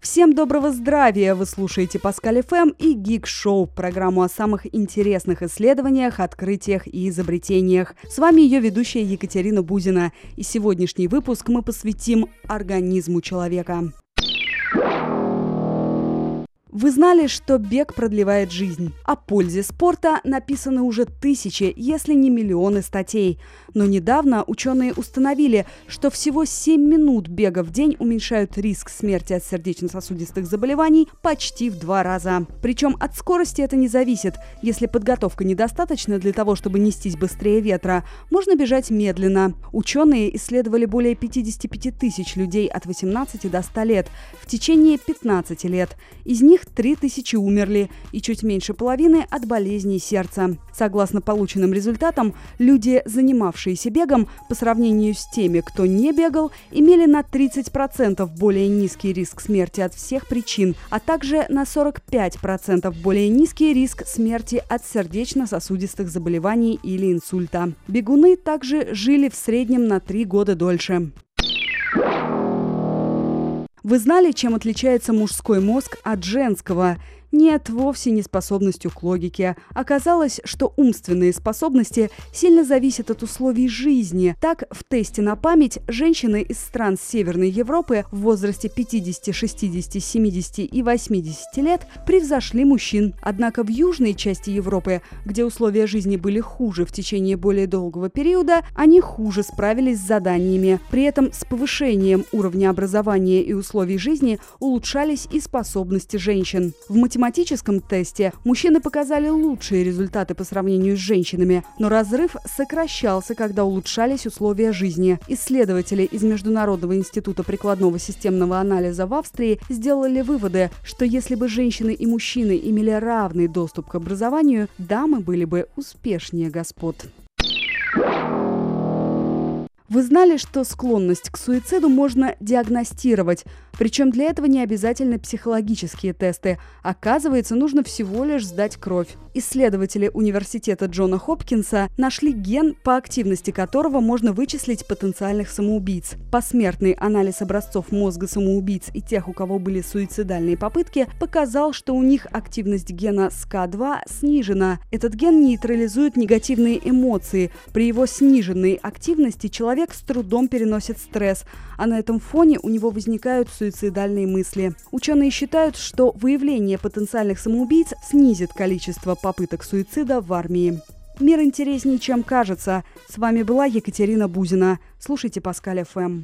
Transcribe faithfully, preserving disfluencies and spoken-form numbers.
Всем доброго здравия! Вы слушаете Паскаль эф эм и Geek Show, программу о самых интересных исследованиях, открытиях и изобретениях. С вами ее ведущая Екатерина Бузина. И сегодняшний выпуск мы посвятим организму человека. Вы знали, что бег продлевает жизнь? О пользе спорта написаны уже тысячи, если не миллионы статей. Но недавно ученые установили, что всего семь минут бега в день уменьшают риск смерти от сердечно-сосудистых заболеваний почти в два раза. Причем от скорости это не зависит. Если подготовка недостаточна для того, чтобы нестись быстрее ветра, можно бежать медленно. Ученые исследовали более пятьдесят пять тысяч людей от восемнадцати до ста лет в течение пятнадцати лет. Из них три тысячи умерли, и чуть меньше половины от болезней сердца. Согласно полученным результатам, люди, занимавшиеся бегом, по сравнению с теми, кто не бегал, имели на тридцать процентов более низкий риск смерти от всех причин, а также на сорок пять процентов более низкий риск смерти от сердечно-сосудистых заболеваний или инсульта. Бегуны также жили в среднем на три года дольше. Вы знали, чем отличается мужской мозг от женского? Нет, вовсе не способностью к логике. Оказалось, что умственные способности сильно зависят от условий жизни. Так, в тесте на память женщины из стран Северной Европы в возрасте пятидесяти, шестидесяти, семидесяти и восьмидесяти лет превзошли мужчин. Однако в южной части Европы, где условия жизни были хуже в течение более долгого периода, они хуже справились с заданиями. При этом с повышением уровня образования и условий жизни улучшались и способности женщин. В математике В математическом тесте мужчины показали лучшие результаты по сравнению с женщинами, но разрыв сокращался, когда улучшались условия жизни. Исследователи из Международного института прикладного системного анализа в Австрии сделали выводы, что если бы женщины и мужчины имели равный доступ к образованию, дамы были бы успешнее господ. Вы знали, что склонность к суициду можно диагностировать? Причем для этого не обязательно психологические тесты. Оказывается, нужно всего лишь сдать кровь. Исследователи университета Джона Хопкинса нашли ген, по активности которого можно вычислить потенциальных самоубийц. Посмертный анализ образцов мозга самоубийц и тех, у кого были суицидальные попытки, показал, что у них активность гена эс ка два снижена. Этот ген нейтрализует негативные эмоции. При его сниженной активности человек Человек с трудом переносит стресс, а на этом фоне у него возникают суицидальные мысли. Ученые считают, что выявление потенциальных самоубийц снизит количество попыток суицида в армии. Мир интереснее, чем кажется. С вами была Екатерина Бузина. Слушайте Паскаль эф эм.